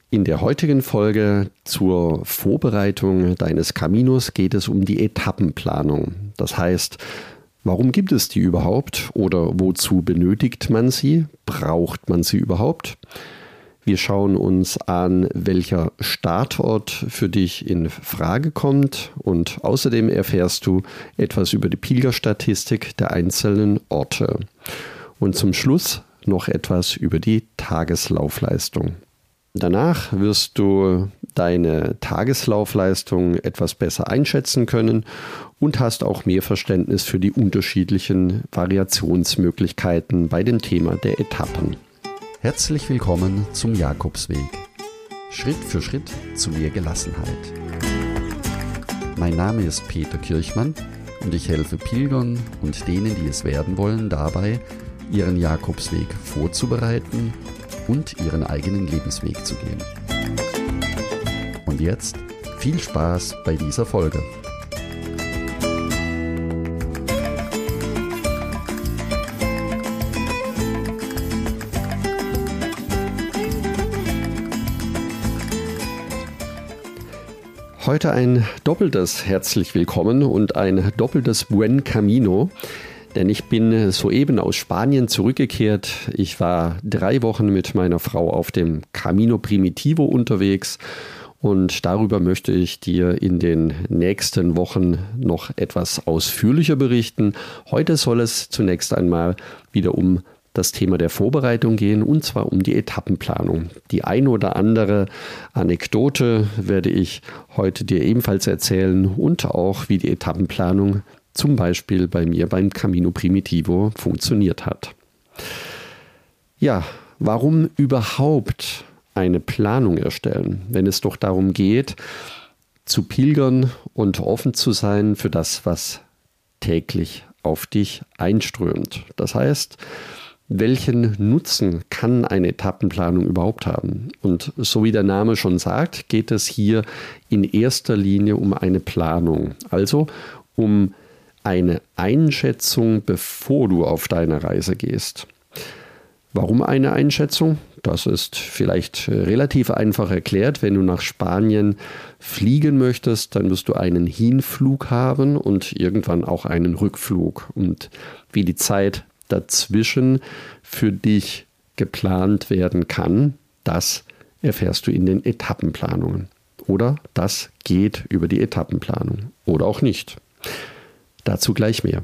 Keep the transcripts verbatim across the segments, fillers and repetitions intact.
In der heutigen Folge zur Vorbereitung deines Caminos geht es um die Etappenplanung. Das heißt, warum gibt es die überhaupt oder wozu benötigt man sie? Braucht man sie überhaupt? Wir schauen uns an, welcher Startort für dich in Frage kommt, und außerdem erfährst du etwas über die Pilgerstatistik der einzelnen Orte. Und zum Schluss noch etwas über die Tageslaufleistung. Danach wirst du deine Tageslaufleistung etwas besser einschätzen können und hast auch mehr Verständnis für die unterschiedlichen Variationsmöglichkeiten bei dem Thema der Etappen. Herzlich willkommen zum Jakobsweg. Schritt für Schritt zu mehr Gelassenheit. Mein Name ist Peter Kirchmann und ich helfe Pilgern und denen, die es werden wollen, dabei, ihren Jakobsweg vorzubereiten und ihren eigenen Lebensweg zu gehen. Und jetzt viel Spaß bei dieser Folge. Heute ein doppeltes Herzlich Willkommen und ein doppeltes Buen Camino. Denn ich bin soeben aus Spanien zurückgekehrt. Ich war drei Wochen mit meiner Frau auf dem Camino Primitivo unterwegs und darüber möchte ich dir in den nächsten Wochen noch etwas ausführlicher berichten. Heute soll es zunächst einmal wieder um das Thema der Vorbereitung gehen, und zwar um die Etappenplanung. Die ein oder andere Anekdote werde ich heute dir ebenfalls erzählen und auch, wie die Etappenplanung zum Beispiel bei mir beim Camino Primitivo funktioniert hat. Ja, warum überhaupt eine Planung erstellen, wenn es doch darum geht, zu pilgern und offen zu sein für das, was täglich auf dich einströmt? Das heißt, welchen Nutzen kann eine Etappenplanung überhaupt haben? Und so wie der Name schon sagt, geht es hier in erster Linie um eine Planung, also um eine Einschätzung, bevor du auf deine Reise gehst. Warum eine Einschätzung? Das ist vielleicht relativ einfach erklärt. Wenn du nach Spanien fliegen möchtest, dann wirst du einen Hinflug haben und irgendwann auch einen Rückflug. Und wie die Zeit dazwischen für dich geplant werden kann, das erfährst du in den Etappenplanungen. Oder das geht über die Etappenplanung. Oder auch nicht. Dazu gleich mehr.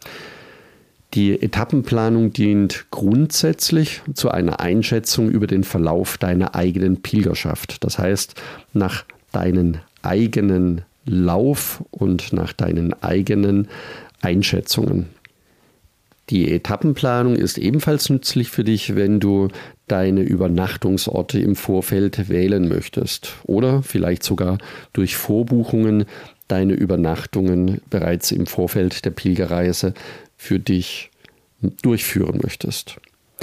Die Etappenplanung dient grundsätzlich zu einer Einschätzung über den Verlauf deiner eigenen Pilgerschaft. Das heißt, nach deinen eigenen Lauf und nach deinen eigenen Einschätzungen. Die Etappenplanung ist ebenfalls nützlich für dich, wenn du deine Übernachtungsorte im Vorfeld wählen möchtest oder vielleicht sogar durch Vorbuchungen deine Übernachtungen bereits im Vorfeld der Pilgerreise für dich durchführen möchtest.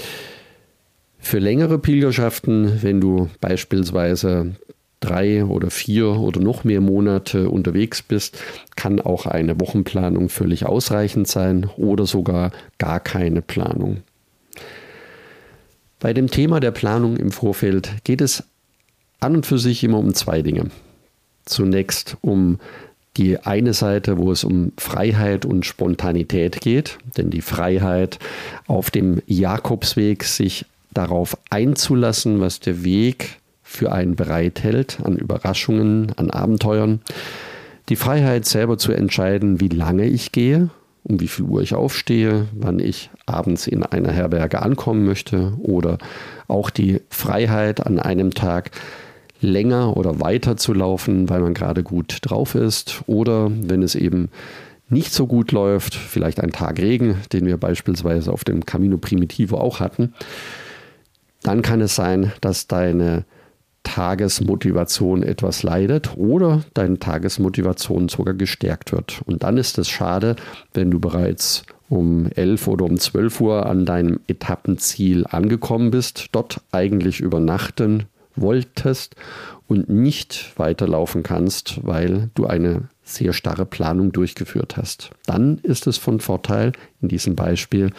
Für längere Pilgerschaften, wenn du beispielsweise drei oder vier oder noch mehr Monate unterwegs bist, kann auch eine Wochenplanung völlig ausreichend sein oder sogar gar keine Planung. Bei dem Thema der Planung im Vorfeld geht es an und für sich immer um zwei Dinge. Zunächst um die eine Seite, wo es um Freiheit und Spontanität geht, denn die Freiheit auf dem Jakobsweg, sich darauf einzulassen, was der Weg für einen bereithält, an Überraschungen, an Abenteuern. Die Freiheit, selber zu entscheiden, wie lange ich gehe, um wie viel Uhr ich aufstehe, wann ich abends in einer Herberge ankommen möchte, oder auch die Freiheit, an einem Tag länger oder weiter zu laufen, weil man gerade gut drauf ist, oder wenn es eben nicht so gut läuft, vielleicht ein Tag Regen, den wir beispielsweise auf dem Camino Primitivo auch hatten, dann kann es sein, dass deine Tagesmotivation etwas leidet oder deine Tagesmotivation sogar gestärkt wird. Und dann ist es schade, wenn du bereits um elf oder um zwölf Uhr an deinem Etappenziel angekommen bist, dort eigentlich übernachten wolltest und nicht weiterlaufen kannst, weil du eine sehr starre Planung durchgeführt hast. Dann ist es von Vorteil, in diesem Beispiel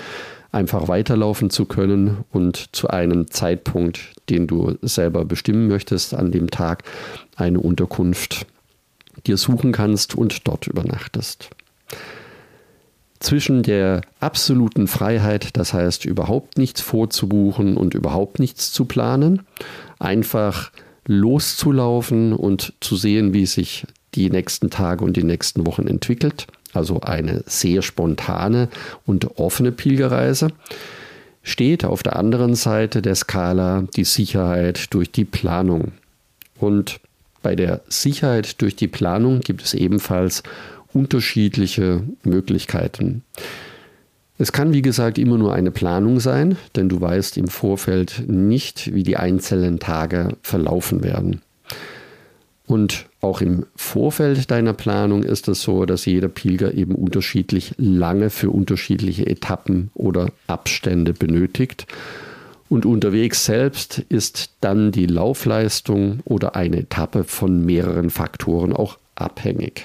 einfach weiterlaufen zu können und zu einem Zeitpunkt, den du selber bestimmen möchtest, an dem Tag eine Unterkunft dir suchen kannst und dort übernachtest. Zwischen der absoluten Freiheit, das heißt überhaupt nichts vorzubuchen und überhaupt nichts zu planen, einfach loszulaufen und zu sehen, wie sich die nächsten Tage und die nächsten Wochen entwickelt, also eine sehr spontane und offene Pilgerreise, steht auf der anderen Seite der Skala die Sicherheit durch die Planung. Und bei der Sicherheit durch die Planung gibt es ebenfalls unterschiedliche Möglichkeiten. Es kann, wie gesagt, immer nur eine Planung sein, denn du weißt im Vorfeld nicht, wie die einzelnen Tage verlaufen werden. Und auch im Vorfeld deiner Planung ist es so, dass jeder Pilger eben unterschiedlich lange für unterschiedliche Etappen oder Abstände benötigt. Und unterwegs selbst ist dann die Laufleistung oder eine Etappe von mehreren Faktoren auch abhängig.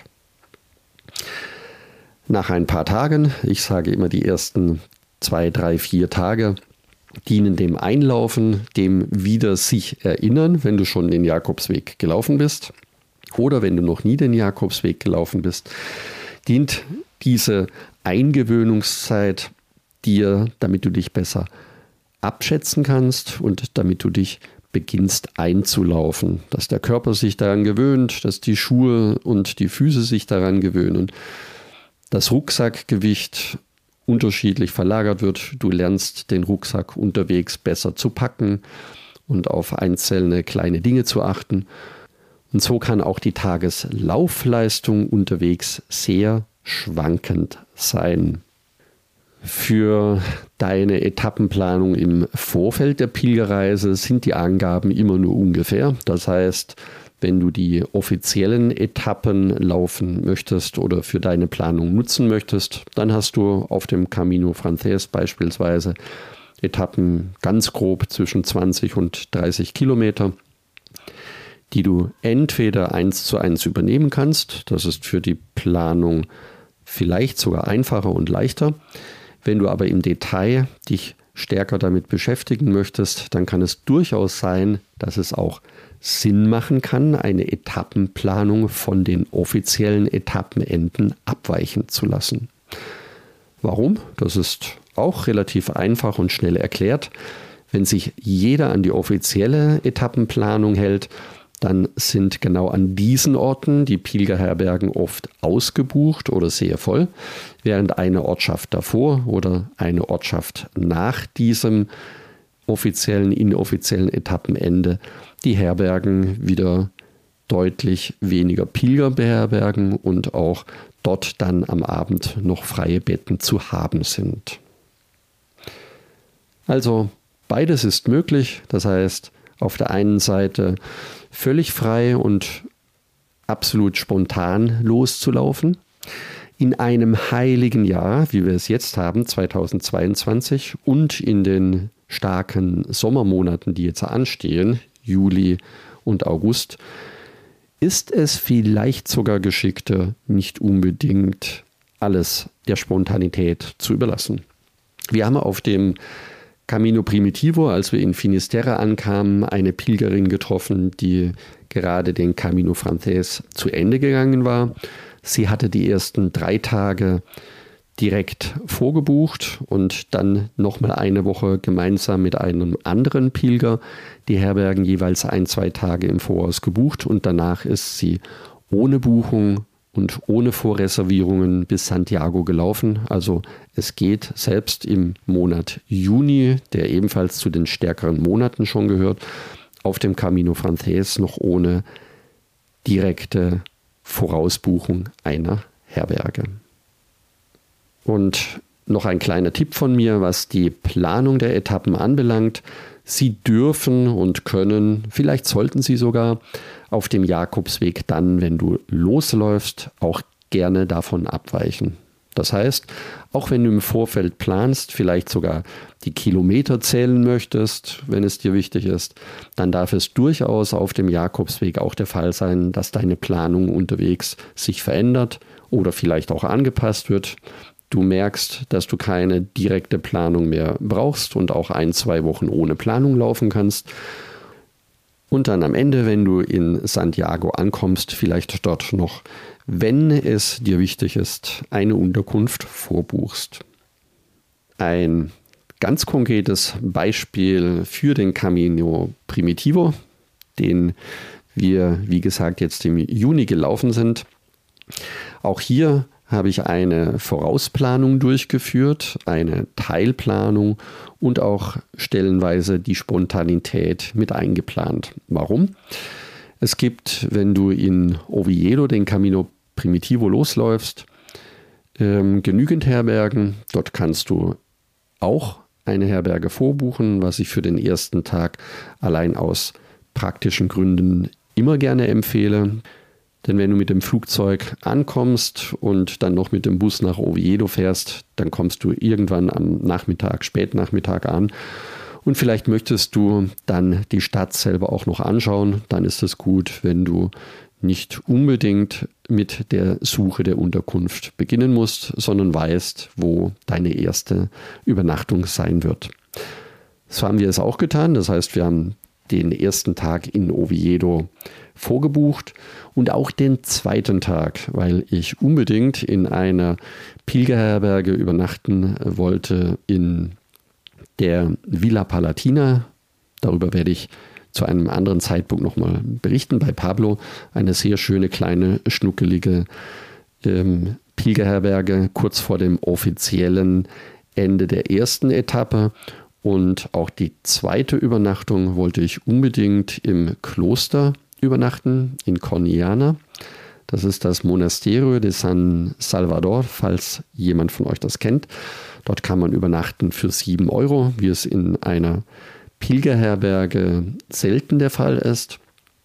Nach ein paar Tagen, ich sage immer die ersten zwei, drei, vier Tage, dienen dem Einlaufen, dem wieder sich erinnern, wenn du schon den Jakobsweg gelaufen bist oder wenn du noch nie den Jakobsweg gelaufen bist, dient diese Eingewöhnungszeit dir, damit du dich besser abschätzen kannst und damit du dich beginnst einzulaufen, dass der Körper sich daran gewöhnt, dass die Schuhe und die Füße sich daran gewöhnen, das Rucksackgewicht unterschiedlich verlagert wird. Du lernst den Rucksack unterwegs besser zu packen und auf einzelne kleine Dinge zu achten. Und so kann auch die Tageslaufleistung unterwegs sehr schwankend sein. Für deine Etappenplanung im Vorfeld der Pilgerreise sind die Angaben immer nur ungefähr. Das heißt, wenn du die offiziellen Etappen laufen möchtest oder für deine Planung nutzen möchtest, dann hast du auf dem Camino Frances beispielsweise Etappen ganz grob zwischen zwanzig und dreißig Kilometer, die du entweder eins zu eins übernehmen kannst. Das ist für die Planung vielleicht sogar einfacher und leichter. Wenn du aber im Detail dich stärker damit beschäftigen möchtest, dann kann es durchaus sein, dass es auch Sinn machen kann, eine Etappenplanung von den offiziellen Etappenenden abweichen zu lassen. Warum? Das ist auch relativ einfach und schnell erklärt. Wenn sich jeder an die offizielle Etappenplanung hält, dann sind genau an diesen Orten die Pilgerherbergen oft ausgebucht oder sehr voll, während eine Ortschaft davor oder eine Ortschaft nach diesem offiziellen, inoffiziellen Etappenende die Herbergen wieder deutlich weniger Pilger beherbergen und auch dort dann am Abend noch freie Betten zu haben sind. Also beides ist möglich, das heißt auf der einen Seite völlig frei und absolut spontan loszulaufen. In einem heiligen Jahr, wie wir es jetzt haben, zweitausendzweiundzwanzig, und in den starken Sommermonaten, die jetzt anstehen, Juli und August, ist es vielleicht sogar geschickter, nicht unbedingt alles der Spontanität zu überlassen. Wir haben auf dem Camino Primitivo, als wir in Finisterre ankamen, eine Pilgerin getroffen, die gerade den Camino Frances zu Ende gegangen war. Sie hatte die ersten drei Tage direkt vorgebucht und dann nochmal eine Woche gemeinsam mit einem anderen Pilger die Herbergen jeweils ein, zwei Tage im Voraus gebucht und danach ist sie ohne Buchung und ohne Vorreservierungen bis Santiago gelaufen. Also es geht selbst im Monat Juni, der ebenfalls zu den stärkeren Monaten schon gehört, auf dem Camino Frances noch ohne direkte Vorausbuchung einer Herberge. Und noch ein kleiner Tipp von mir, was die Planung der Etappen anbelangt. Sie dürfen und können, vielleicht sollten Sie sogar auf dem Jakobsweg dann, wenn du losläufst, auch gerne davon abweichen. Das heißt, auch wenn du im Vorfeld planst, vielleicht sogar die Kilometer zählen möchtest, wenn es dir wichtig ist, dann darf es durchaus auf dem Jakobsweg auch der Fall sein, dass deine Planung unterwegs sich verändert oder vielleicht auch angepasst wird du merkst, dass du keine direkte Planung mehr brauchst und auch ein, zwei Wochen ohne Planung laufen kannst. Und dann am Ende, wenn du in Santiago ankommst, vielleicht dort noch, wenn es dir wichtig ist, eine Unterkunft vorbuchst. Ein ganz konkretes Beispiel für den Camino Primitivo, den wir, wie gesagt, jetzt im Juni gelaufen sind. Auch hier habe ich eine Vorausplanung durchgeführt, eine Teilplanung und auch stellenweise die Spontanität mit eingeplant. Warum? Es gibt, wenn du in Oviedo den Camino Primitivo losläufst, ähm, genügend Herbergen. Dort kannst du auch eine Herberge vorbuchen, was ich für den ersten Tag allein aus praktischen Gründen immer gerne empfehle. Denn wenn du mit dem Flugzeug ankommst und dann noch mit dem Bus nach Oviedo fährst, dann kommst du irgendwann am Nachmittag, Spätnachmittag an. Und vielleicht möchtest du dann die Stadt selber auch noch anschauen. Dann ist es gut, wenn du nicht unbedingt mit der Suche der Unterkunft beginnen musst, sondern weißt, wo deine erste Übernachtung sein wird. So haben wir es auch getan. Das heißt, wir haben den ersten Tag in Oviedo vorgebucht und auch den zweiten Tag, weil ich unbedingt in einer Pilgerherberge übernachten wollte in der Villa Palatina. Darüber werde ich zu einem anderen Zeitpunkt nochmal berichten. Bei Pablo eine sehr schöne, kleine, schnuckelige ähm, Pilgerherberge kurz vor dem offiziellen Ende der ersten Etappe. Und auch die zweite Übernachtung wollte ich unbedingt im Kloster übernachten, in Corniana. Das ist das Monasterio de San Salvador, falls jemand von euch das kennt. Dort kann man übernachten für sieben Euro, wie es in einer Pilgerherberge selten der Fall ist.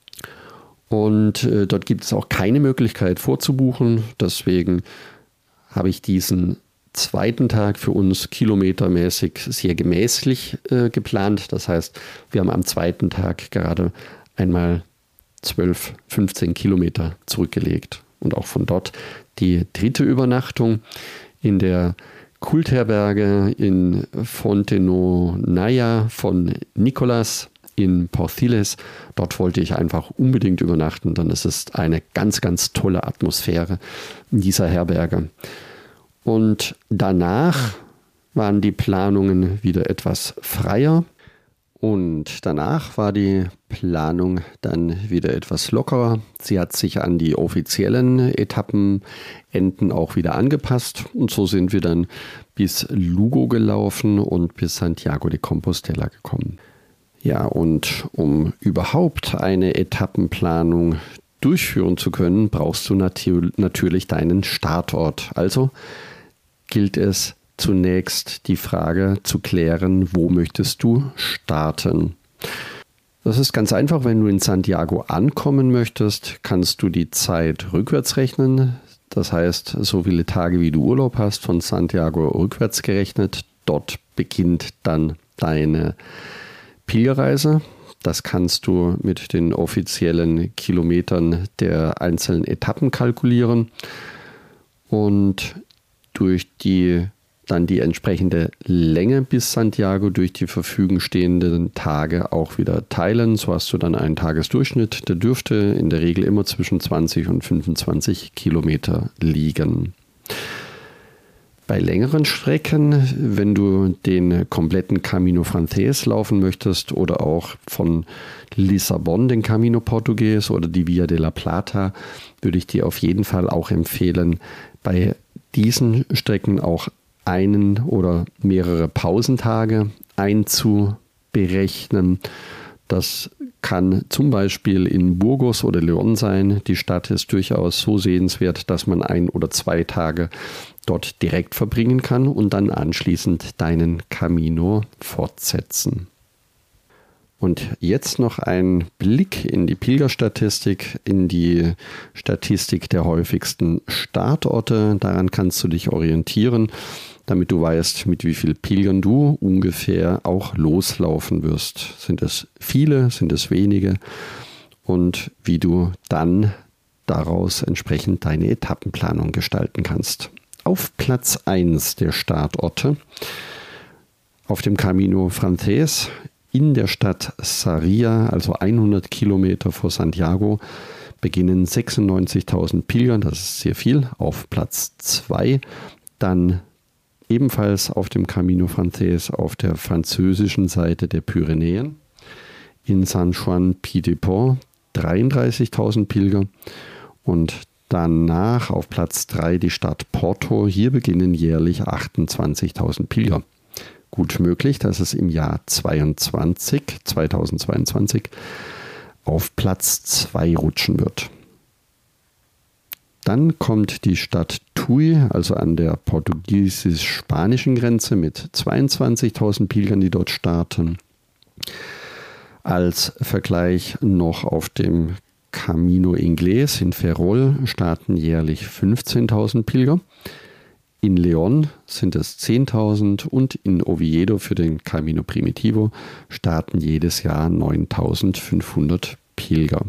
Und äh, dort gibt es auch keine Möglichkeit vorzubuchen. Deswegen habe ich diesen zweiten Tag für uns kilometermäßig sehr gemächlich äh, geplant. Das heißt, wir haben am zweiten Tag gerade einmal zwölf, fünfzehn Kilometer zurückgelegt. Und auch von dort die dritte Übernachtung in der Kultherberge in Fontenonaia von Nicolas in Porciles. Dort wollte ich einfach unbedingt übernachten, denn es ist eine ganz, ganz tolle Atmosphäre in dieser Herberge. Und danach waren die Planungen wieder etwas freier und danach war die Planung dann wieder etwas lockerer. Sie hat sich an die offiziellen Etappenenden auch wieder angepasst und so sind wir dann bis Lugo gelaufen und bis Santiago de Compostela gekommen. Ja, und um überhaupt eine Etappenplanung durchführen zu können, brauchst du natu- natürlich deinen Startort. Also gilt es zunächst die Frage zu klären, wo möchtest du starten? Das ist ganz einfach, wenn du in Santiago ankommen möchtest, kannst du die Zeit rückwärts rechnen. Das heißt, so viele Tage wie du Urlaub hast, von Santiago rückwärts gerechnet. Dort beginnt dann deine Pilgerreise. Das kannst du mit den offiziellen Kilometern der einzelnen Etappen kalkulieren. Und durch die dann die entsprechende Länge bis Santiago durch die verfügen stehenden Tage auch wieder teilen. So hast du dann einen Tagesdurchschnitt. Der dürfte in der Regel immer zwischen zwanzig und fünfundzwanzig Kilometer liegen. Bei längeren Strecken, wenn du den kompletten Camino Frances laufen möchtest oder auch von Lissabon den Camino Portugues oder die Via de la Plata, würde ich dir auf jeden Fall auch empfehlen, bei diesen Strecken auch einen oder mehrere Pausentage einzuberechnen. Das kann zum Beispiel in Burgos oder León sein. Die Stadt ist durchaus so sehenswert, dass man ein oder zwei Tage dort direkt verbringen kann und dann anschließend deinen Camino fortsetzen. Und jetzt noch ein Blick in die Pilgerstatistik, in die Statistik der häufigsten Startorte. Daran kannst du dich orientieren, damit du weißt, mit wie vielen Pilgern du ungefähr auch loslaufen wirst. Sind es viele, sind es wenige? Und wie du dann daraus entsprechend deine Etappenplanung gestalten kannst. Auf Platz eins der Startorte auf dem Camino Francés in der Stadt Sarria, also hundert Kilometer vor Santiago, beginnen sechsundneunzigtausend Pilger, das ist sehr viel, auf Platz zwei. Dann ebenfalls auf dem Camino Francés auf der französischen Seite der Pyrenäen in San Juan Piedeport dreiunddreißigtausend Pilger und danach auf Platz drei die Stadt Porto. Hier beginnen jährlich achtundzwanzigtausend Pilger. Gut möglich, dass es im Jahr zweitausendzweiundzwanzig auf Platz zwei rutschen wird. Dann kommt die Stadt Tui, also an der portugiesisch-spanischen Grenze mit zweiundzwanzigtausend Pilgern, die dort starten. Als Vergleich noch auf dem Camino Inglés in Ferrol starten jährlich fünfzehntausend Pilger. In León sind es zehntausend und in Oviedo für den Camino Primitivo starten jedes Jahr neuntausendfünfhundert Pilger.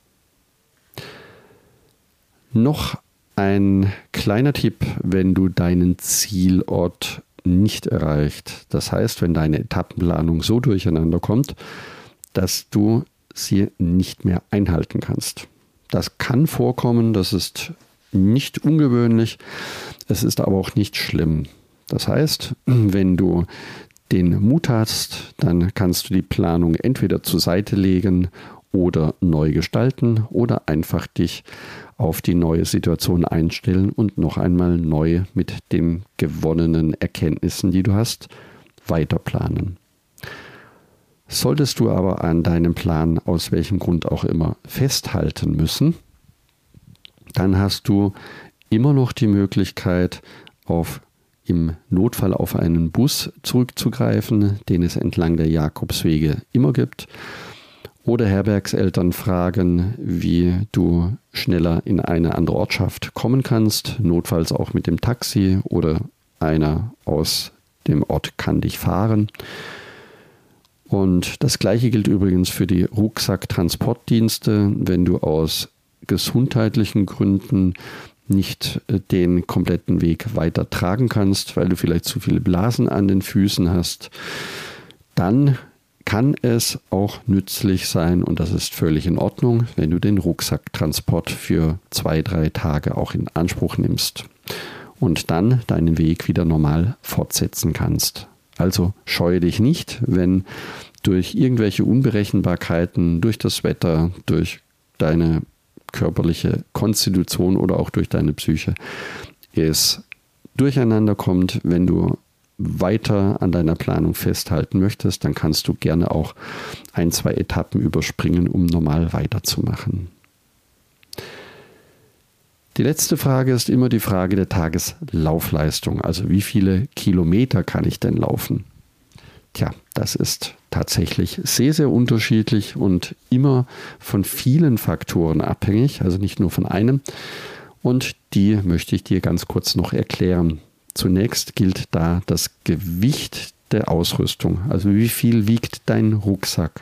Noch ein kleiner Tipp, wenn du deinen Zielort nicht erreicht. Das heißt, wenn deine Etappenplanung so durcheinander kommt, dass du sie nicht mehr einhalten kannst. Das kann vorkommen, das ist nicht ungewöhnlich, es ist aber auch nicht schlimm. Das heißt, wenn du den Mut hast, dann kannst du die Planung entweder zur Seite legen oder neu gestalten oder einfach dich auf die neue Situation einstellen und noch einmal neu mit den gewonnenen Erkenntnissen, die du hast, weiterplanen. Solltest du aber an deinem Plan aus welchem Grund auch immer festhalten müssen, dann hast du immer noch die Möglichkeit, auf, im Notfall auf einen Bus zurückzugreifen, den es entlang der Jakobswege immer gibt. Oder Herbergseltern fragen, wie du schneller in eine andere Ortschaft kommen kannst, notfalls auch mit dem Taxi oder einer aus dem Ort kann dich fahren. Und das Gleiche gilt übrigens für die Rucksacktransportdienste, wenn du aus gesundheitlichen Gründen nicht den kompletten Weg weiter tragen kannst, weil du vielleicht zu viele Blasen an den Füßen hast, dann kann es auch nützlich sein, und das ist völlig in Ordnung, wenn du den Rucksacktransport für zwei, drei Tage auch in Anspruch nimmst und dann deinen Weg wieder normal fortsetzen kannst. Also scheue dich nicht, wenn durch irgendwelche Unberechenbarkeiten, durch das Wetter, durch deine körperliche Konstitution oder auch durch deine Psyche es durcheinander kommt. Wenn du weiter an deiner Planung festhalten möchtest, dann kannst du gerne auch ein, zwei Etappen überspringen, um normal weiterzumachen. Die letzte Frage ist immer die Frage der Tageslaufleistung. Also wie viele Kilometer kann ich denn laufen? Tja, das ist tatsächlich sehr, sehr unterschiedlich und immer von vielen Faktoren abhängig, also nicht nur von einem. Und die möchte ich dir ganz kurz noch erklären. Zunächst gilt da das Gewicht der Ausrüstung. Also wie viel wiegt dein Rucksack?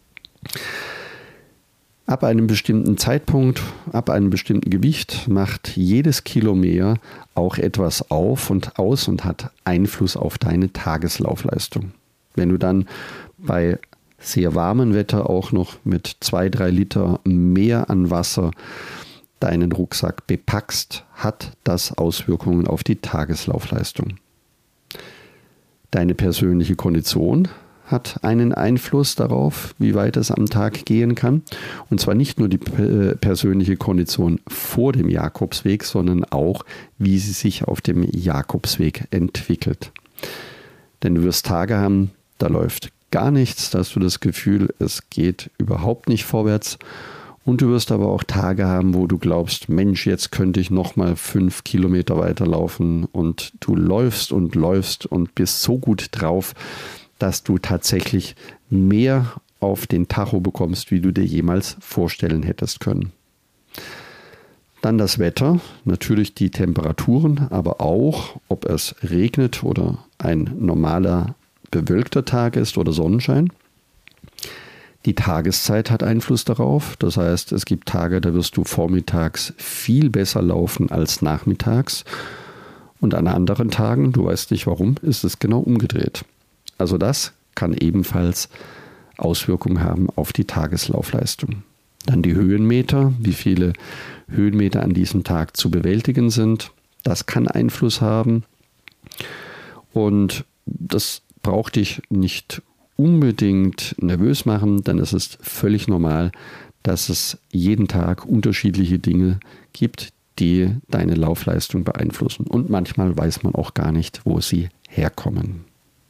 Ab einem bestimmten Zeitpunkt, ab einem bestimmten Gewicht macht jedes Kilo mehr auch etwas auf und aus und hat Einfluss auf deine Tageslaufleistung. Wenn du dann bei sehr warmem Wetter auch noch mit zwei, drei Liter mehr an Wasser deinen Rucksack bepackst, hat das Auswirkungen auf die Tageslaufleistung. Deine persönliche Kondition hat einen Einfluss darauf, wie weit es am Tag gehen kann. Und zwar nicht nur die persönliche Kondition vor dem Jakobsweg, sondern auch, wie sie sich auf dem Jakobsweg entwickelt. Denn du wirst Tage haben, da läuft gar nichts, da hast du das Gefühl, es geht überhaupt nicht vorwärts. Und du wirst aber auch Tage haben, wo du glaubst, Mensch, jetzt könnte ich noch mal fünf Kilometer weiterlaufen. Und du läufst und läufst und bist so gut drauf, dass du tatsächlich mehr auf den Tacho bekommst, wie du dir jemals vorstellen hättest können. Dann das Wetter, natürlich die Temperaturen, aber auch, ob es regnet oder ein normaler bewölkter Tag ist oder Sonnenschein. Die Tageszeit hat Einfluss darauf. Das heißt, es gibt Tage, da wirst du vormittags viel besser laufen als nachmittags. Und an anderen Tagen, du weißt nicht warum, ist es genau umgedreht. Also das kann ebenfalls Auswirkungen haben auf die Tageslaufleistung. Dann die Höhenmeter, wie viele Höhenmeter an diesem Tag zu bewältigen sind. Das kann Einfluss haben. Und das braucht dich nicht unbedingt nervös machen, denn es ist völlig normal, dass es jeden Tag unterschiedliche Dinge gibt, die deine Laufleistung beeinflussen. Und manchmal weiß man auch gar nicht, wo sie herkommen.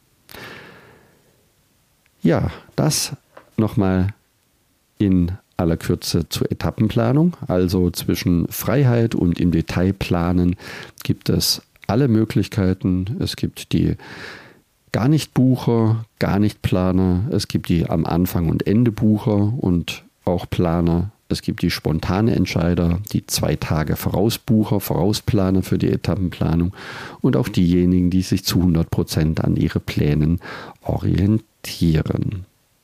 Ja, das nochmal in aller Kürze zur Etappenplanung. Also zwischen Freiheit und im Detail planen gibt es alle Möglichkeiten. Es gibt die gar nicht Bucher, gar nicht Planer. Es gibt die am Anfang und Ende Bucher und auch Planer. Es gibt die spontane Entscheider, die zwei Tage Vorausbucher, Vorausplaner für die Etappenplanung und auch diejenigen, die sich zu hundert Prozent an ihre Plänen orientieren.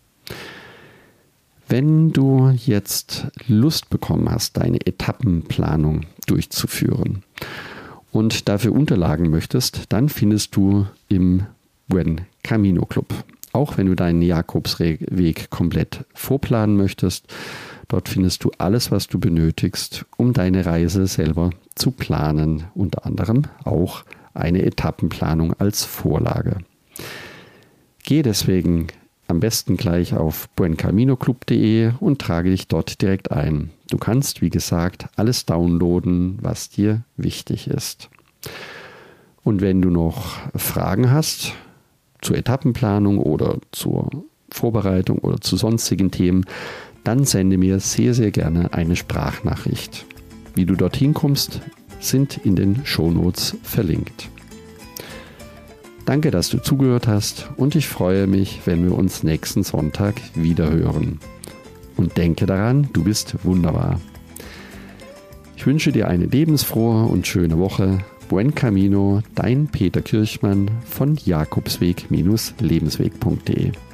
Wenn du jetzt Lust bekommen hast, deine Etappenplanung durchzuführen und dafür Unterlagen möchtest, dann findest du im Buen Camino Club. Auch wenn du deinen Jakobsweg komplett vorplanen möchtest, dort findest du alles, was du benötigst, um deine Reise selber zu planen. Unter anderem auch eine Etappenplanung als Vorlage. Gehe deswegen am besten gleich auf buen camino club punkt de und trage dich dort direkt ein. Du kannst, wie gesagt, alles downloaden, was dir wichtig ist. Und wenn du noch Fragen hast zur Etappenplanung oder zur Vorbereitung oder zu sonstigen Themen, dann sende mir sehr, sehr gerne eine Sprachnachricht. Wie du dorthin kommst, sind in den Shownotes verlinkt. Danke, dass du zugehört hast und ich freue mich, wenn wir uns nächsten Sonntag wieder hören. Und denke daran, du bist wunderbar. Ich wünsche dir eine lebensfrohe und schöne Woche. Buen Camino, dein Peter Kirchmann von Jakobsweg Lebensweg punkt de.